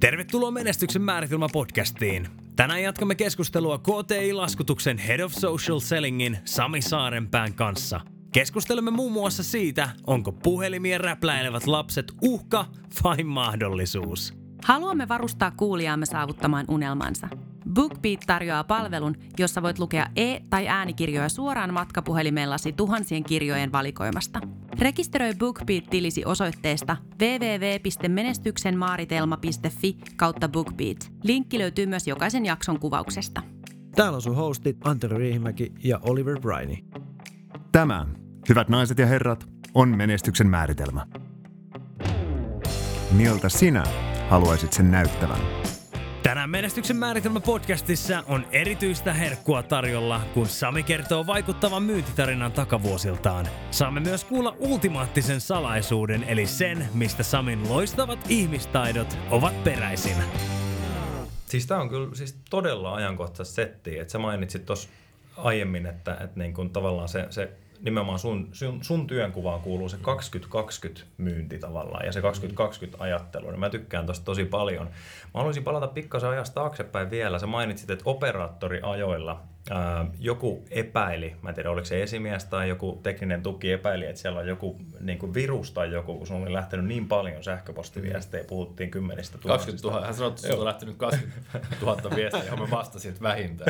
Tervetuloa Menestyksen määritelmä podcastiin. Tänään jatkamme keskustelua KTI-laskutuksen Head of Social Sellingin Sami Saarenpään kanssa. Keskustelemme muun muassa siitä, onko puhelimien räpläilevät lapset uhka vai mahdollisuus. Haluamme varustaa kuulijaamme saavuttamaan unelmansa. BookBeat tarjoaa palvelun, jossa voit lukea e- tai äänikirjoja suoraan matkapuhelimellasi tuhansien kirjojen valikoimasta. Rekisteröi BookBeat-tilisi osoitteesta www.menestyksenmaaritelma.fi/BookBeat. Linkki löytyy myös jokaisen jakson kuvauksesta. Täällä on sun hostit Antero Riihimäki ja Oliver Briney. Tämä, hyvät naiset ja herrat, on menestyksen määritelmä. Miltä sinä haluaisit sen näyttävän? Tänään Menestyksen määritelmä podcastissa on erityistä herkkua tarjolla, kun Sami kertoo vaikuttavan myyntitarinan takavuosiltaan. Saamme myös kuulla ultimaattisen salaisuuden, eli sen, mistä Samin loistavat ihmistaidot ovat peräisin. Siis tää on kyllä siis todella ajankohtaista settiä, että sä mainitsit tuossa aiemmin, että niin kun tavallaan se nimenomaan sun työnkuvaan kuuluu se 2020 myynti tavallaan ja se 2020 ajattelu. Niin mä tykkään tosta tosi paljon. Mä haluaisin palata pikkasen ajasta taaksepäin vielä. Sä mainitsit, että operaattoriajoilla joku epäili, mä en tiedä oliko se esimies tai joku tekninen tuki epäili, että siellä on joku niin kuin virus tai joku, kun sun oli lähtenyt niin paljon sähköpostiviestejä, puhuttiin 10 000. 20 000, hän sanoi, että sinulta on lähtenyt 20 000 viestejä, johon mä vastasin, että vähintään.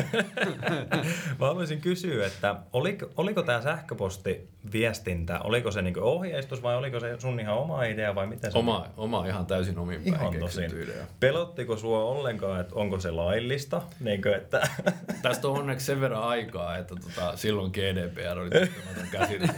Mä haluaisin kysyä, että oliko tämä sähköpostiviestintä, oliko se niinku ohjeistus vai oliko se sun ihan oma idea vai miten se Oma ihan täysin omin päin keksitty idea. Pelottiko sua ollenkaan, että onko se laillista? Niinkö, että tästä on onneksi sen verran aikaa, että silloin GDPR oli tehtämätön käsite.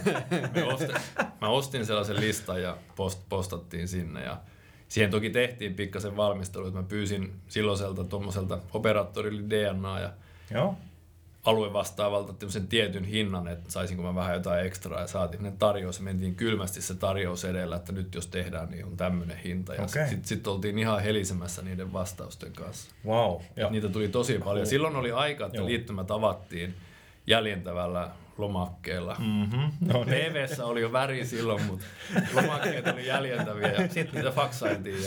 Mä ostin sellaisen listan ja postattiin sinne ja siihen toki tehtiin pikkasen valmistelu, että mä pyysin silloiselta tuommoiselta operaattorille DNA ja aluevastaavalta tämmöisen tietyn hinnan, että saisinko mä vähän jotain ekstraa ja saatiin ne tarjous. Mentiin kylmästi se tarjous edellä, että nyt jos tehdään, niin on tämmöinen hinta. Ja sitten oltiin ihan helisemässä niiden vastausten kanssa. Wow. Niitä tuli tosi paljon. Silloin oli aika, että liittymät avattiin jäljentävällä lomakkeella. No, TV:ssä oli jo väri silloin, mutta lomakkeet oli jäljentäviä ja sitten niitä faksailtiin.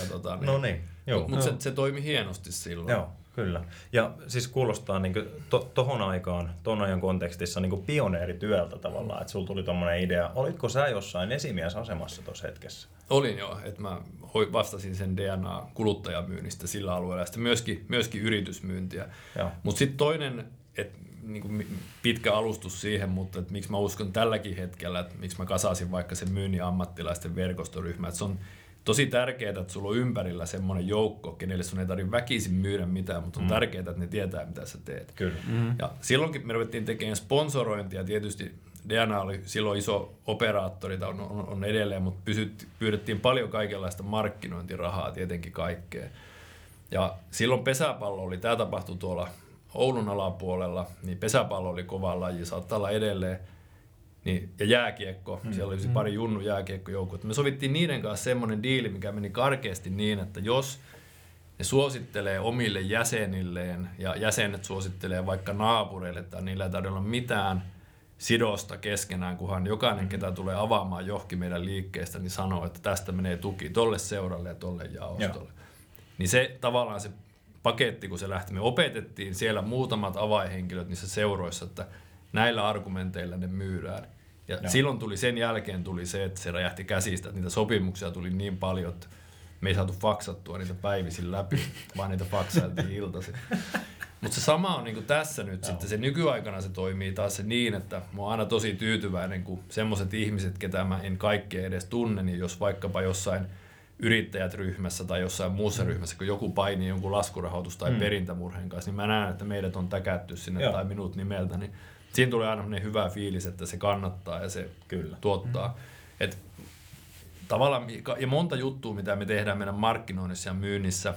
Mutta se toimi hienosti silloin. Joo. Kyllä. Ja siis kuulostaa niin tuohon aikaan, tuon ajan kontekstissa niin pioneerityöltä tavallaan, että sulla tuli tommoinen idea. Olitko sä jossain esimiesasemassa tuossa hetkessä? Olin jo, että mä vastasin sen DNA-kuluttajamyynnistä sillä alueella ja sitten myöskin yritysmyyntiä. Mutta sitten toinen, että niin pitkä alustus siihen, mutta että miksi mä uskon tälläkin hetkellä, että miksi mä kasasin vaikka sen myynnin ammattilaisten verkostoryhmä, että se on tosi tärkeää, että sulla on ympärillä semmoinen joukko, kenelle sun ei tarvitse väkisin myydä mitään, mutta on tärkeää, että ne tietää, mitä sä teet. Kyllä. Ja silloinkin me ruvettiin tekemään sponsorointia. Tietysti DNA oli silloin iso operaattori, tai on edelleen, mutta pyydettiin paljon kaikenlaista markkinointirahaa, tietenkin kaikkea. Ja silloin pesäpallo oli, tämä tapahtui tuolla Oulun alapuolella, niin pesäpallo oli kova laji, saattaa olla edelleen. Niin, ja jääkiekko, siellä oli pari junnu jääkiekkojoukkoa. Me sovittiin niiden kanssa semmoinen diili, mikä meni karkeasti niin, että jos ne suosittelee omille jäsenilleen ja jäsenet suosittelee vaikka naapureille tai niillä ei tarvitse olla mitään sidosta keskenään, kunhan jokainen, ketä tulee avaamaan johonkin meidän liikkeestä, niin sanoo, että tästä menee tuki tolle seuralle ja tolle jaostolle. Niin se tavallaan se paketti, kun se lähti, me opetettiin siellä muutamat avainhenkilöt niissä seuroissa, että näillä argumenteilla ne myydään. Ja silloin sen jälkeen tuli se, että se räjähti käsistä, että niitä sopimuksia tuli niin paljon, että me ei saatu faksattua niitä päivisin läpi, vaan niitä faksailtiin iltaisin. Mutta se sama on niinku tässä nyt sitten. Se nykyaikana se toimii taas se niin, että mä oon aina tosi tyytyväinen, kun semmoiset ihmiset, ketä mä en kaikkea edes tunne, niin jos vaikkapa jossain yrittäjät-ryhmässä tai jossain muussa ryhmässä, kun joku painii jonkun laskurahoitus- tai perintämurheen kanssa, niin mä näen, että meidät on täkätty sinne tai minut nimeltä, niin siinä tulee aina hyvä fiilis, että se kannattaa ja se tuottaa. Et tavallaan, ja monta juttua, mitä me tehdään meidän markkinoinnissa ja myynnissä,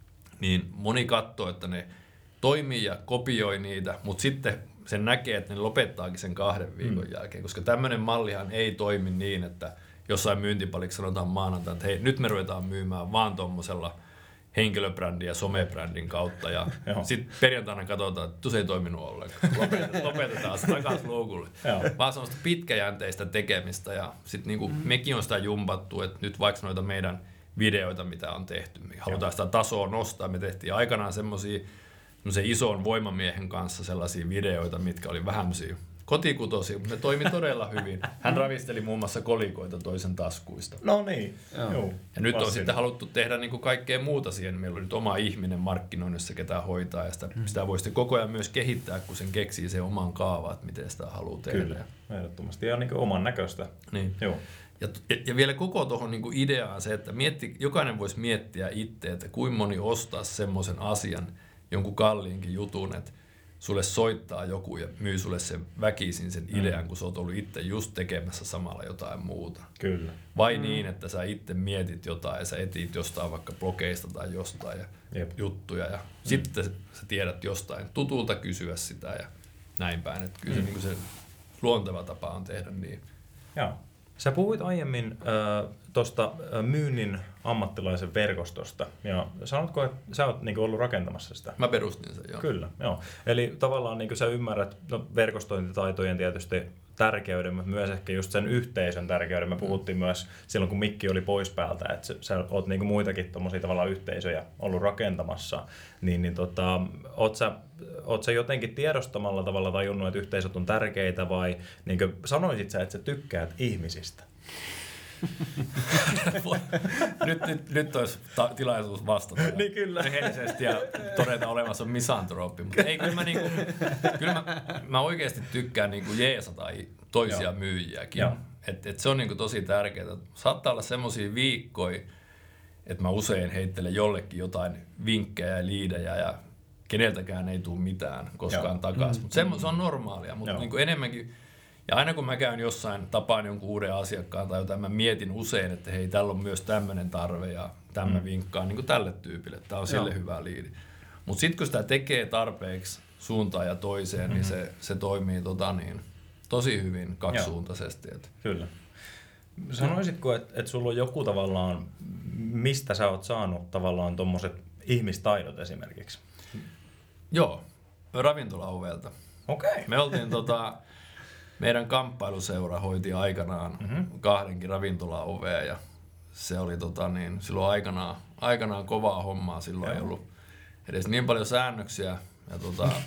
niin moni katsoo, että ne toimii ja kopioi niitä, mutta sitten sen näkee, että ne lopettaakin sen 2 viikon jälkeen, koska tämmöinen mallihan ei toimi niin, että jossain myyntipaliksi sanotaan maanantaina, että hei, nyt me ruvetaan myymään vaan tommosella henkilöbrändin ja somebrändin kautta ja sitten perjantaina katsotaan, että se ei toiminut ollenkaan. Lopetetaan se takaisin luukulle. Vaan semmoista pitkäjänteistä tekemistä ja sitten niinku mekin on sitä jumpattu, että nyt vaikka noita meidän videoita, mitä on tehty. Me halutaan sitä tasoa nostaa. Me tehtiin aikanaan semmoisen ison voimamiehen kanssa sellaisia videoita, mitkä oli vähän kotikutosia, mutta ne toimi todella hyvin. Hän ravisteli muun muassa kolikoita toisen taskuista. No niin. Joo. Ja nyt on sitten haluttu tehdä niin kuin kaikkea muuta siihen. Meillä on nyt oma ihminen markkinoinnissa, ketä hoitaa, ja sitä voi sitten koko ajan myös kehittää, kun sen keksii sen oman kaavan, että miten sitä haluaa tehdä. Kyllä, ehdottomasti. Ja niin kuin oman näköistä. Niin. Joo. Ja vielä koko tuohon niin kuin ideaan se, että jokainen voisi miettiä itse, että kuinka moni ostaa semmoisen asian, jonkun kalliinkin jutun, että sulle soittaa joku ja myy sulle sen väkisin sen idean, kun sä oot ollut itse just tekemässä samalla jotain muuta. Kyllä. Vai niin, että sä itse mietit jotain ja sä etit jostain vaikka blogeista tai jostain juttuja ja sitten sä tiedät jostain tutulta kysyä sitä ja näin päin. Että kyllä se, niin kuin se luonteva tapa on tehdä niin. Joo. Sä puhuit aiemmin tuosta myynnin ammattilaisen verkostosta, ja sanotko, että sä oot niinku ollut rakentamassa sitä? Mä perustin sen, joo. Kyllä, joo. Eli tavallaan niinku sä ymmärrät verkostointitaitojen tietysti tärkeyden, mutta myös ehkä just sen yhteisön tärkeyden. Me puhuttiin myös silloin, kun mikki oli pois päältä, että sä oot niinku muitakin tommosia tavallaan yhteisöjä ollut rakentamassa, oot sä jotenkin tiedostamalla tavalla tajunnut, että yhteisöt on tärkeitä, vai niin sanoisit sä, että sä tykkäät ihmisistä? nyt olisi tilaisuus vastata niin kyllä. rehellisesti ja todeta olemassa misantrooppi. Mutta ei, kyllä mä oikeasti tykkään niinku jeesata toisia myyjiäkin. Et se on niinku tosi tärkeää. Saattaa olla semmoisia viikkoja, että mä usein heittelen jollekin jotain vinkkejä ja liidejä ja keneltäkään ei tule mitään koskaan takaisin. Mutta se on normaalia, mutta niinku enemmänkin. Ja aina kun mä käyn jossain, tapaan jonkun uuden asiakkaan tai jotain, mä mietin usein, että hei, tällä on myös tämmöinen tarve ja tämmöinen vinkkaan niin kuin tälle tyypille. Tämä on sille hyvä liidi. Mutta sitten kun sitä tekee tarpeeksi suuntaan ja toiseen, niin se toimii tosi hyvin kaksisuuntaisesti. Kyllä. Sanoisitko, että sulla on joku tavallaan, mistä sä oot saanut tavallaan tommoset ihmistaidot esimerkiksi? Joo, ravintolaovelta. Okei. Me oltiin meidän kamppailuseura hoiti aikanaan 2 ravintolaovea ja se oli silloin aikanaan kovaa hommaa. Silloin ei ollut edes niin paljon säännöksiä ja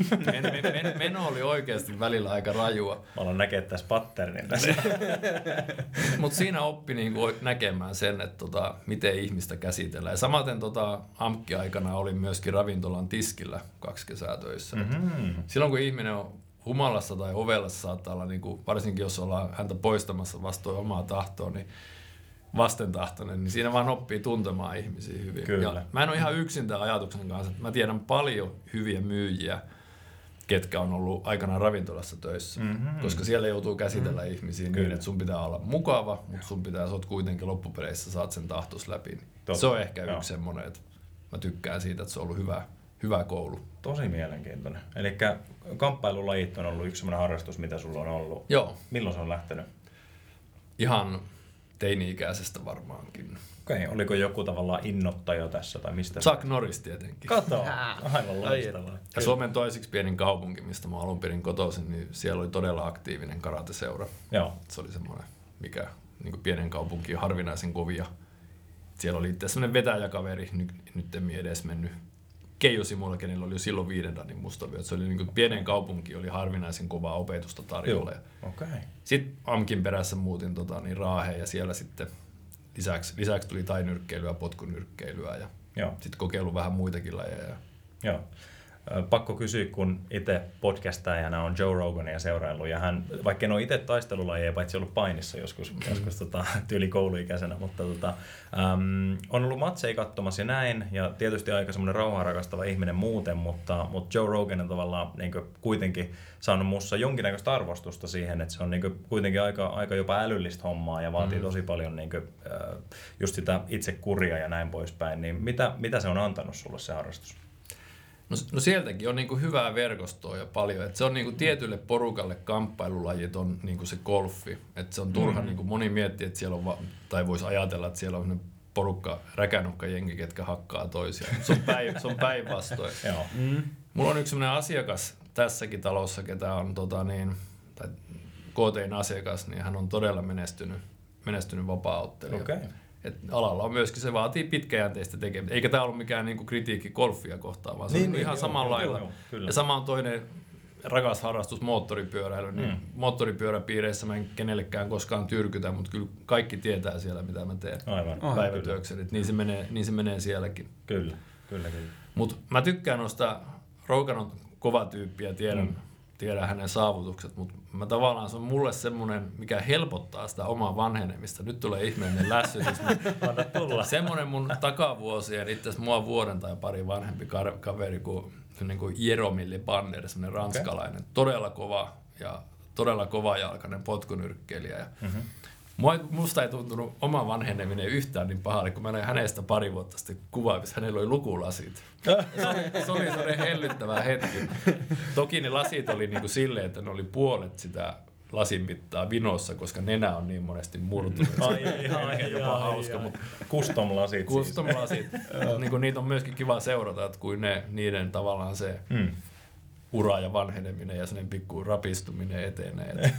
meno oli oikeasti välillä aika rajua. Mä aloin näkee tässä patternin tässä. Mutta siinä oppi näkemään sen, että miten ihmistä käsitellään. Ja samaten AMK-aikana olin myöskin ravintolan tiskillä 2 kesää töissä. Silloin kun ihminen on humalassa tai ovellassa saattaa olla, varsinkin jos ollaan häntä poistamassa vastoin omaa tahtoa, niin vastentahtoinen, niin siinä vaan oppii tuntemaan ihmisiä hyvin. Ja mä en ole ihan yksin tämän ajatuksen kanssa, että mä tiedän paljon hyviä myyjiä, ketkä on ollut aikanaan ravintolassa töissä, koska siellä joutuu käsitellä ihmisiä niin, että sun pitää olla mukava, mutta sä oot kuitenkin loppupeleissä, saat sen tahtos läpi. Se on ehkä yksi semmoinen, että mä tykkään siitä, että se on ollut hyvä koulu. Tosi mielenkiintoinen. Eli kamppailulajit on ollut yksi sellainen harrastus, mitä sulla on ollut. Joo. Milloin se on lähtenyt? Ihan teini-ikäisestä varmaankin. Okei, oliko joku tavallaan innoittaja tässä tai mistä? Chuck Norris tietenkin. Kato, aivan loistavaa. Ja Suomen toiseksi pienin kaupunki, mistä mä alun perin kotoisin, niin siellä oli todella aktiivinen karateseura. Joo. Se oli semmoinen, mikä niin pienen kaupunkiin harvinaisen kovia. Siellä oli itse semmoinen vetäjäkaveri, nyt en edes mennyt. Keijo Simula, kenellä oli jo silloin 5. danin mustavyöt. Se oli niin kuin pienen kaupunki, oli harvinaisen kovaa opetusta tarjolla. Okay. Sitten AMKin perässä muutin Raaheen ja siellä sitten lisäksi tuli tainyrkkeilyä, potkunyrkkeilyä ja sitten kokeilu vähän muitakin lajeja. Joo. Pakko kysyä, kun itse podcastajana on Joe Rogania seuraillut ja hän, vaikka en ole itse taistelulajeja, paitsi ollut painissa joskus tyyli kouluikäisenä, mutta on ollut matseja katsomassa ja näin, ja tietysti aika semmoinen rauhaa rakastava ihminen muuten, mutta Joe Rogan on tavallaan niin kuitenkin saanut musta jonkinnäköistä arvostusta siihen, että se on niin kuitenkin aika jopa älyllistä hommaa ja vaatii tosi paljon niin just sitä itsekuria ja näin poispäin, niin mitä se on antanut sulle se harrastus? No sieltäkin on niinku hyvää verkostoa ja paljon. Et se on niinku tietylle porukalle kamppailulajit on niinku se golfi. Et se on turha, niinku moni miettii, että siellä on, tai voisi ajatella, että siellä on porukka, räkänukkajengi, ketkä hakkaa toisiaan. Se on päinvastoin. Mulla on yksi sellainen asiakas tässäkin talossa, ketä on KT:n asiakas, niin hän on todella menestynyt vapaa-ottelija. Okay. Et alalla on myöskin, se vaatii pitkäjänteistä tekemistä. Eikä tämä ollut mikään niinku kritiikki golfia kohtaan, vaan se on ihan samalla lailla. Ja sama on toinen rakas harrastus, moottoripyöräily. Niin moottoripyöräpiireissä mä en kenellekään koskaan tyrkytä, mutta kyllä kaikki tietää siellä, mitä mä teen päivätyökseni. Niin se menee sielläkin. Kyllä. Mutta mä tykkään noista, Rogan on kova tyyppi ja tiedän hänen saavutukset, mutta mä tavallaan se on mulle semmoinen, mikä helpottaa sitä omaa vanhenemista. Nyt tulee ihmeellinen lässytys. Semmoinen mun takavuosien, itse asiassa mua vuoden tai pari vanhempi kaveri kuin Jeromilli Banner, semmoinen ranskalainen, todella kova ja todella kovajalkainen potkunyrkkeilijä. Musta ei tuntunut oma vanheneminen yhtään niin pahalle, kun mä näin hänestä pari vuotta sitten kuvaa, missä hänellä oli lukulasit. Se oli sellainen hellyttävä hetki. Toki ne lasit oli niinku silleen, että ne oli puolet sitä lasin mittaa vinossa, koska nenä on niin monesti murtunut. Ihan jopa hauska. Mutta custom-lasit. Custom-lasit. Niinku niitä on myöskin kiva seurata, että kuin niiden tavallaan se ura ja vanheneminen ja sellainen pikku rapistuminen etenee.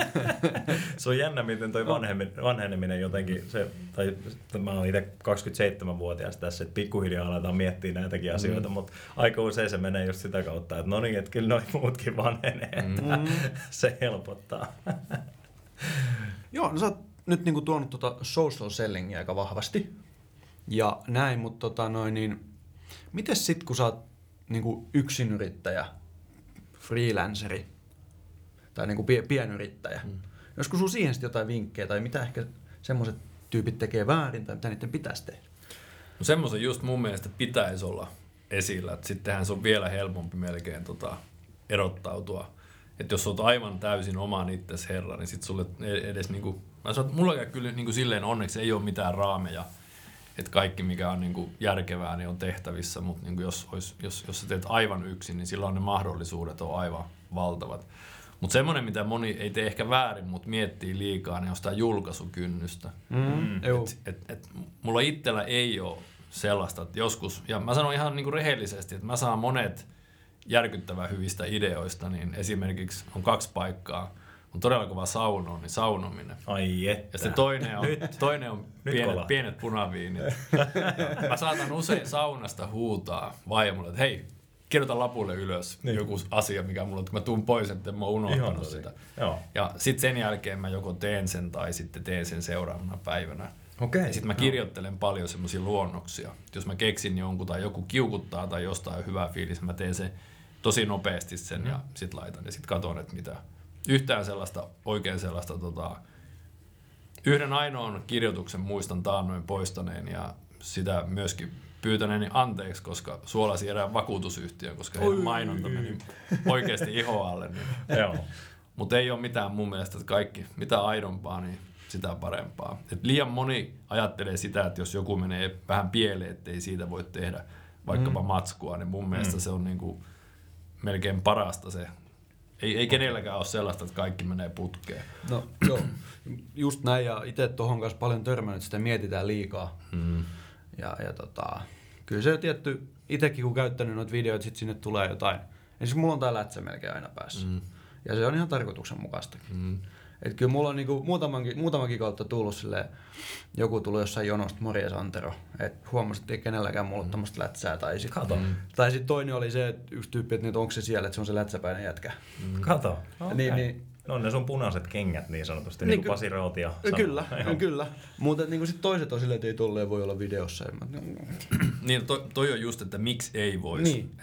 Se on jännä, miten toi vanheneminen jotenkin, mä oon itse 27-vuotias tässä, että pikkuhiljaa aletaan miettiä näitäkin asioita, mutta aika usein se menee just sitä kautta, että no niin, että kyllä noi muutkin vanhenee, että se helpottaa. Joo, no sä oot nyt niinku tuonut social sellingia aika vahvasti ja näin, mutta mites sit kun sä oot niinku yksinyrittäjä, freelanceri tai niinku pienyrittäjä. Joskus sun siihen sitten jotain vinkkejä tai mitä ehkä semmoiset tyypit tekee väärin tai mitä niiden pitäisi tehdä? No semmoisen just mun mielestä pitäisi olla esillä, että sittenhän se on vielä helpompi melkein erottautua. Että jos olet aivan täysin oman itsesi herra, niin sit sulle edes niinku, mä sanon, että mulla kyllä niinku silleen onneksi ei ole mitään raameja, että kaikki mikä on niinku järkevää niin on tehtävissä, mutta niinku jos sä teet aivan yksin, niin silloin ne mahdollisuudet on aivan valtavat. Mutta semmoinen, mitä moni ei tee ehkä väärin, mutta miettii liikaa, niin on sitä julkaisukynnystä. Mulla itsellä ei ole sellaista, että joskus, ja mä sanon ihan niinku rehellisesti, että mä saan monet järkyttävän hyvistä ideoista, niin esimerkiksi on 2 paikkaa, on todella kova saunoa, niin saunominen. Ai että. Ja sitten toinen on pienet punaviinit. Mä saatan usein saunasta huutaa vaimolle, että hei, kirjoita lapulle ylös joku asia, mikä mulla on, että mä tuun pois, että mä oon unohtanut sitä. Joo. Ja sitten sen jälkeen mä joko teen sen tai sitten teen sen seuraavana päivänä. Okay. Ja sitten mä kirjoittelen paljon semmoisia luonnoksia. Jos mä keksin jonkun tai joku kiukuttaa tai jostain hyvää fiilis, mä teen sen tosi nopeasti sen ja sit laitan ja sit katon, että mitä. Yhtään sellaista, oikein sellaista, yhden ainoan kirjoituksen muistan taannoin poistaneen ja sitä myöskin pyytäneeni anteeksi, koska suolasin erään vakuutusyhtiön, koska heidän mainonta meni oikeasti ihoalle. Niin. Mutta ei ole mitään mun mielestä, että kaikki, mitä aidompaa, niin sitä parempaa. Et liian moni ajattelee sitä, että jos joku menee vähän pieleen, ettei siitä voi tehdä vaikkapa matskua, niin mun mielestä se on niinku melkein parasta se. Ei kenelläkään ole sellaista, että kaikki menee putkeen. No joo, just näin ja itse tuohon kanssa paljon törmännyt, että sitä mietitään liikaa. Ja kyllä se tietty, itsekin kun käyttänyt noita videoita, sit sinne tulee jotain. Ensin mulla on tää lätsä melkein aina päässä. Ja se on ihan tarkoituksenmukaistakin. Että kyllä mulla on niinku muutamankin kautta tullut silleen, joku tuli jossain jonosta, morjes Antero, että huomasit, että ei kenelläkään mulla tämmöistä lätsää. Tai sitten toinen oli se, että yksi tyyppi, että onko se siellä, että se on se lätsäpäinen jätkä. Kato. Okay. Niin. No ne sun punaiset kengät niin sanotusti, niin kuin Pasi Rautia sanoo. Kyllä. Mutta niin sitten toiset on silleen, että ei tolleen voi olla videossa. Niin toi on just, että miksi ei voisi. Niin,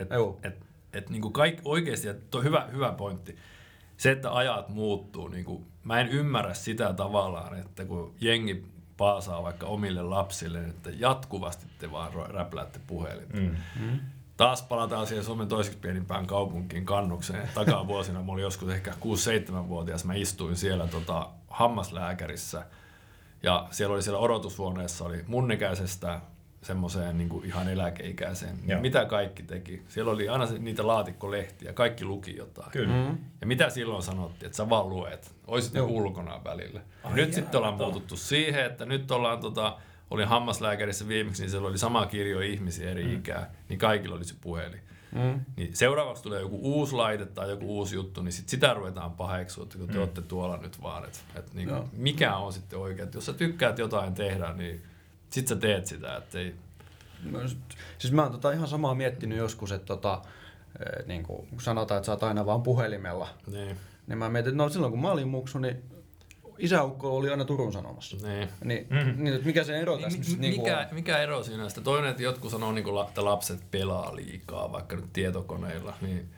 et niinku oikeasti, hyvä pointti. Se, että ajat muuttuu, niinku, mä en ymmärrä sitä tavallaan, että kun jengi paasaa vaikka omille lapsille, että jatkuvasti te vaan räpläätte puhelinta. Taas palataan siihen Suomen toiseksi pienimpään kaupunkiin Kannukseen. Takavuosina mä olin joskus ehkä 6-7-vuotias. Mä istuin siellä hammaslääkärissä ja siellä odotushuoneessa oli mun ikäisestä semmoiseen niin kuin ihan eläkeikäiseen. Mitä kaikki teki? Siellä oli aina niitä laatikkolehtiä, kaikki luki jotain. Kyllä. Ja mitä silloin sanottiin, että sä vaan luet, oisit ulkona välillä. Nyt sitten ollaan muututtu siihen, että nyt ollaan olin hammaslääkärissä viimeksi, niin siellä oli sama kirjo ihmisiä eri ikää, niin kaikilla oli se puhelin. Niin seuraavaksi tulee joku uusi laite tai joku uusi juttu, niin sitä ruvetaan paheksua, että kun te olette tuolla nyt vaan. Että niin mikä on sitten oikein? Jos sä tykkäät jotain tehdä, niin sit sä teet sitä, ettei... Siis mä oon ihan miettinyt joskus, että niin kun sanotaan, että sä oot aina vaan puhelimella. Niin mä mietin, että no silloin kun mä olin muksu, niin isäukko oli aina Turun Sanomassa. Niin, mikä se ero tässä mikä ero siinä on? Toinen, että jotkut sanoo, että lapset pelaa liikaa, vaikka nyt tietokoneilla, niin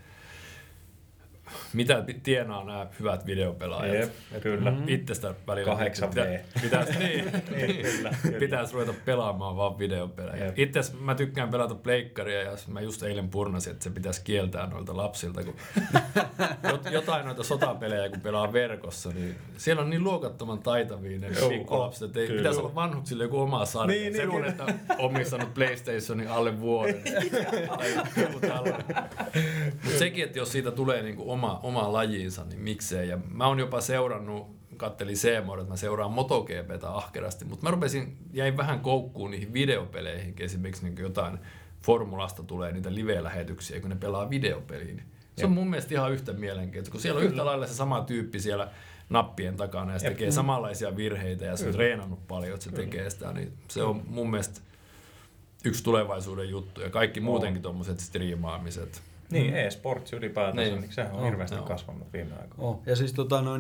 mitä tienaa nämä hyvät videopelaajat? Jep, kyllä. Itsestä välillä 8V. Pitäisi ruveta pelaamaan vaan videopelejä. Itse mä tykkään pelata pleikkaria ja mä just eilen purnasin, että se pitäisi kieltää noilta lapsilta, kun jotain noita sotapelejä kun pelaa verkossa, niin siellä on niin luokattoman taitavia ne pikkulapset, että ei pitäisi olla vanhuksille joku oma sarja. Se on, että omistanut PlayStationin alle vuoden. Mutta sekin, että jos siitä tulee niinku oma lajiinsa, niin miksei. Ja mä oon jopa seurannut, kattelin C-Mod, että mä seuraan MotoGP:tä ahkerasti, mutta mä jäin vähän koukkuun niihin videopeleihin, esimerkiksi niin jotain Formulasta tulee niitä live-lähetyksiä, kun ne pelaa videopeliin. Se on mun mielestä ihan yhtä mielenkiintoista, kun siellä on yhtä lailla se sama tyyppi siellä nappien takana ja se tekee samanlaisia virheitä ja se on treenannut paljon, että se tekee sitä, niin se on mun mielestä yksi tulevaisuuden juttu ja kaikki muutenkin tommoset striimaamiset. Niin, e-sports ylipäätänsä, niin sehän on hirveästi kasvanut viime aikoina. Ja siis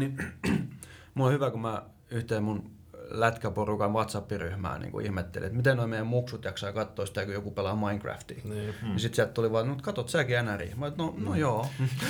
mulla on hyvä, kun mä yhteen mun lätkäporukan WhatsApp-ryhmään niin ihmettelin, että miten noi meidän muksut jaksaa katsoa sitä, kun joku pelaa Minecraftia. Ja sit sieltä tuli vaan, no katot säkin NRI. Mä no joo.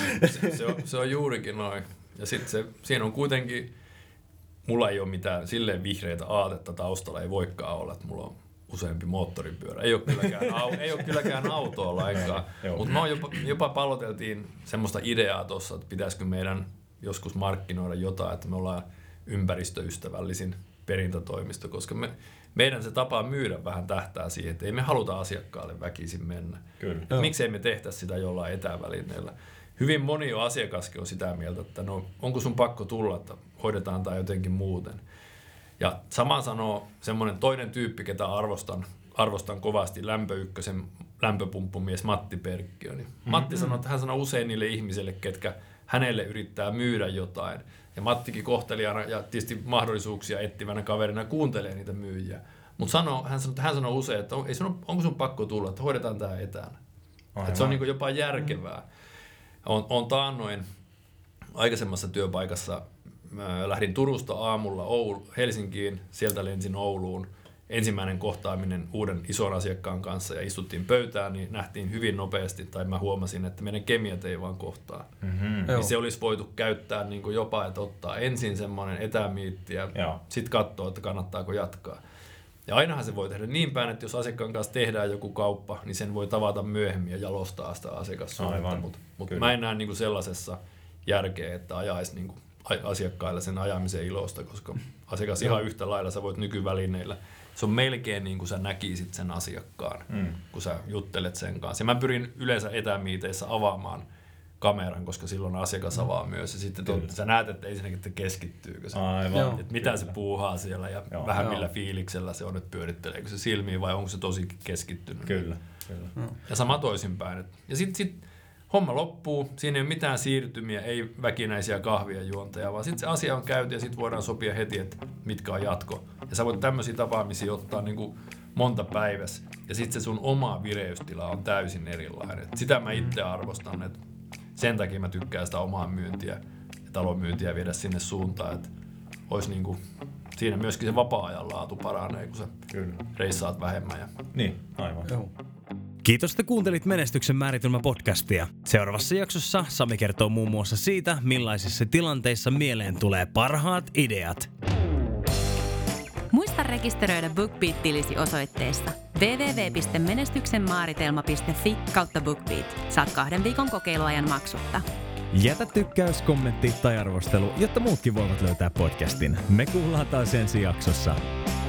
Se on juurikin noin. Ja sit siinä on kuitenkin, mulla ei ole mitään silleen vihreitä aatetta taustalla, ei voikaan olla, että mulla on useampi moottoripyörä. Ei ole kylläkään autoa lainkaan. Mutta jopa palloteltiin semmoista ideaa tuossa, että pitäisikö meidän joskus markkinoida jotain, että me ollaan ympäristöystävällisin perintätoimisto, koska meidän se tapa myydä vähän tähtää siihen, että ei me haluta asiakkaalle väkisin mennä. Miksei me tehtäisi sitä jollain etävälineellä. Hyvin moni asiakaskin on sitä mieltä, että no, onko sun pakko tulla, että hoidetaan tai jotenkin muuten. Ja sama sanoo semmoinen toinen tyyppi, ketä arvostan kovasti, Lämpö-ykkösen lämpöpumppumies Matti Perkkiö. Niin Matti sanoo, että hän sanoo usein niille ihmisille, ketkä hänelle yrittää myydä jotain. Ja Mattikin kohtelijana ja tietysti mahdollisuuksia etsivänä kaverina kuuntelee niitä myyjiä. Mutta hän sanoo usein, että onko sun pakko tulla, että hoidetaan tämä etänä. Että se on niin jopa järkevää. On taannoin aikaisemmassa työpaikassa, lähdin Turusta aamulla Helsinkiin, sieltä lensin Ouluun. Ensimmäinen kohtaaminen uuden ison asiakkaan kanssa ja istuttiin pöytään, niin nähtiin hyvin nopeasti, tai mä huomasin, että meidän kemiat ei vaan kohtaa. Niin se olisi voitu käyttää niin kuin jopa, että ottaa ensin semmoinen etämiitti ja sitten katsoa, että kannattaako jatkaa. Ja ainahan se voi tehdä niin päin, että jos asiakkaan kanssa tehdään joku kauppa, niin sen voi tavata myöhemmin ja jalostaa sitä asiakassuhdetta. Mutta mä en näe niin kuin sellaisessa järkeä, että ajaisi niin kuin asiakkaille sen ajamisen ilosta, koska asiakas ihan yhtä lailla sä voit nykyvälineillä. Se on melkein niin kuin sä näkisit sen asiakkaan, kun sä juttelet sen kanssa. Ja mä pyrin yleensä etämiiteissä avaamaan kameran, koska silloin asiakas avaa myös. Ja sitten sä näet, että ensinnäkin että keskittyykö se. Että mitä se puuhaa siellä ja vähän millä fiiliksellä se on, että pyöritteleekö se silmiin vai onko se tosi keskittynyt. Kyllä. Ja sama toisinpäin. Ja sitten homma loppuu, siinä ei ole mitään siirtymiä, ei väkinäisiä kahvia juonteja, vaan sitten se asia on käyty ja sitten voidaan sopia heti, että mitkä on jatko. Ja sä voit tämmöisiä tapaamisia ottaa niin kuin monta päivässä ja sitten se sun oma vireystila on täysin erilainen. Et sitä mä itse arvostan, että sen takia mä tykkään sitä omaa myyntiä ja talonmyyntiä viedä sinne suuntaan, että olisi niin kuin, siinä myöskin se vapaa-ajan laatu paranee, kun sä reissaat vähemmän. Niin, aivan. Kiitos, että kuuntelit Menestyksen määritelmä podcastia. Seuraavassa jaksossa Sami kertoo muun muassa siitä, millaisissa tilanteissa mieleen tulee parhaat ideat. Muista rekisteröidä BookBeat-tilisi osoitteesta www.menestyksenmaaritelma.fi/BookBeat. Saat 2 viikon kokeiluajan maksutta. Jätä tykkäys, kommentti tai arvostelu, jotta muutkin voivat löytää podcastin. Me kuullaan taas ensi jaksossa.